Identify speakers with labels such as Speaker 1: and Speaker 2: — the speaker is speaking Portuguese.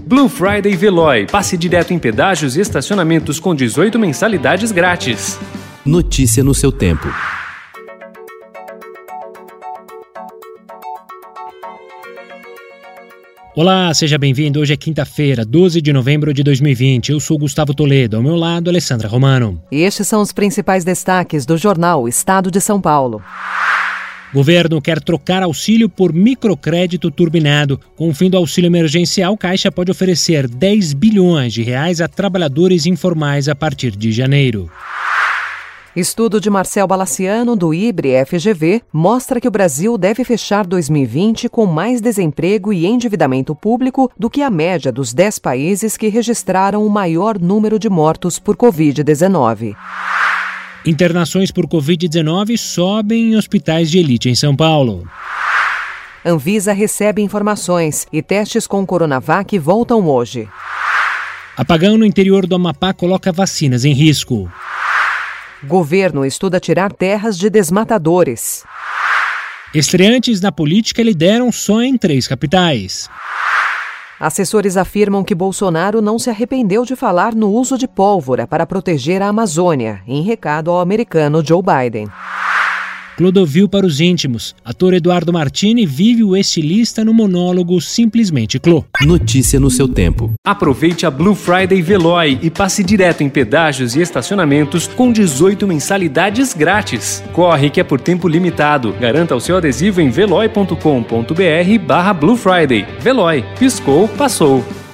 Speaker 1: Blue Friday Veloy. Passe direto em pedágios e estacionamentos com 18 mensalidades grátis.
Speaker 2: Notícia no seu tempo.
Speaker 3: Olá, seja bem-vindo. Hoje é quinta-feira, 12 de novembro de 2020. Eu sou Gustavo Toledo, ao meu lado, Alessandra Romano.
Speaker 4: E estes são os principais destaques do jornal Estado de São Paulo.
Speaker 3: Governo quer trocar auxílio por microcrédito turbinado. Com o fim do auxílio emergencial, Caixa pode oferecer 10 bilhões de reais a trabalhadores informais a partir de janeiro.
Speaker 4: Estudo de Marcel Balaciano, do IBRE-FGV, mostra que o Brasil deve fechar 2020 com mais desemprego e endividamento público do que a média dos 10 países que registraram o maior número de mortos por Covid-19.
Speaker 3: Internações por Covid-19 sobem em hospitais de elite em São Paulo.
Speaker 4: Anvisa recebe informações e testes com Coronavac voltam hoje.
Speaker 3: Apagão no interior do Amapá coloca vacinas em risco.
Speaker 4: Governo estuda tirar terras de desmatadores.
Speaker 3: Estreantes na política lideram só em 3 capitais.
Speaker 4: Assessores afirmam que Bolsonaro não se arrependeu de falar no uso de pólvora para proteger a Amazônia, em recado ao americano Joe Biden.
Speaker 3: Clodovil para os íntimos. Ator Eduardo Martini vive o estilista no monólogo Simplesmente Clô.
Speaker 2: Notícia no seu tempo.
Speaker 1: Aproveite a Blue Friday Veloy e passe direto em pedágios e estacionamentos com 18 mensalidades grátis. Corre que é por tempo limitado. Garanta o seu adesivo em veloy.com.br/Blue Friday. Veloy. Piscou, passou.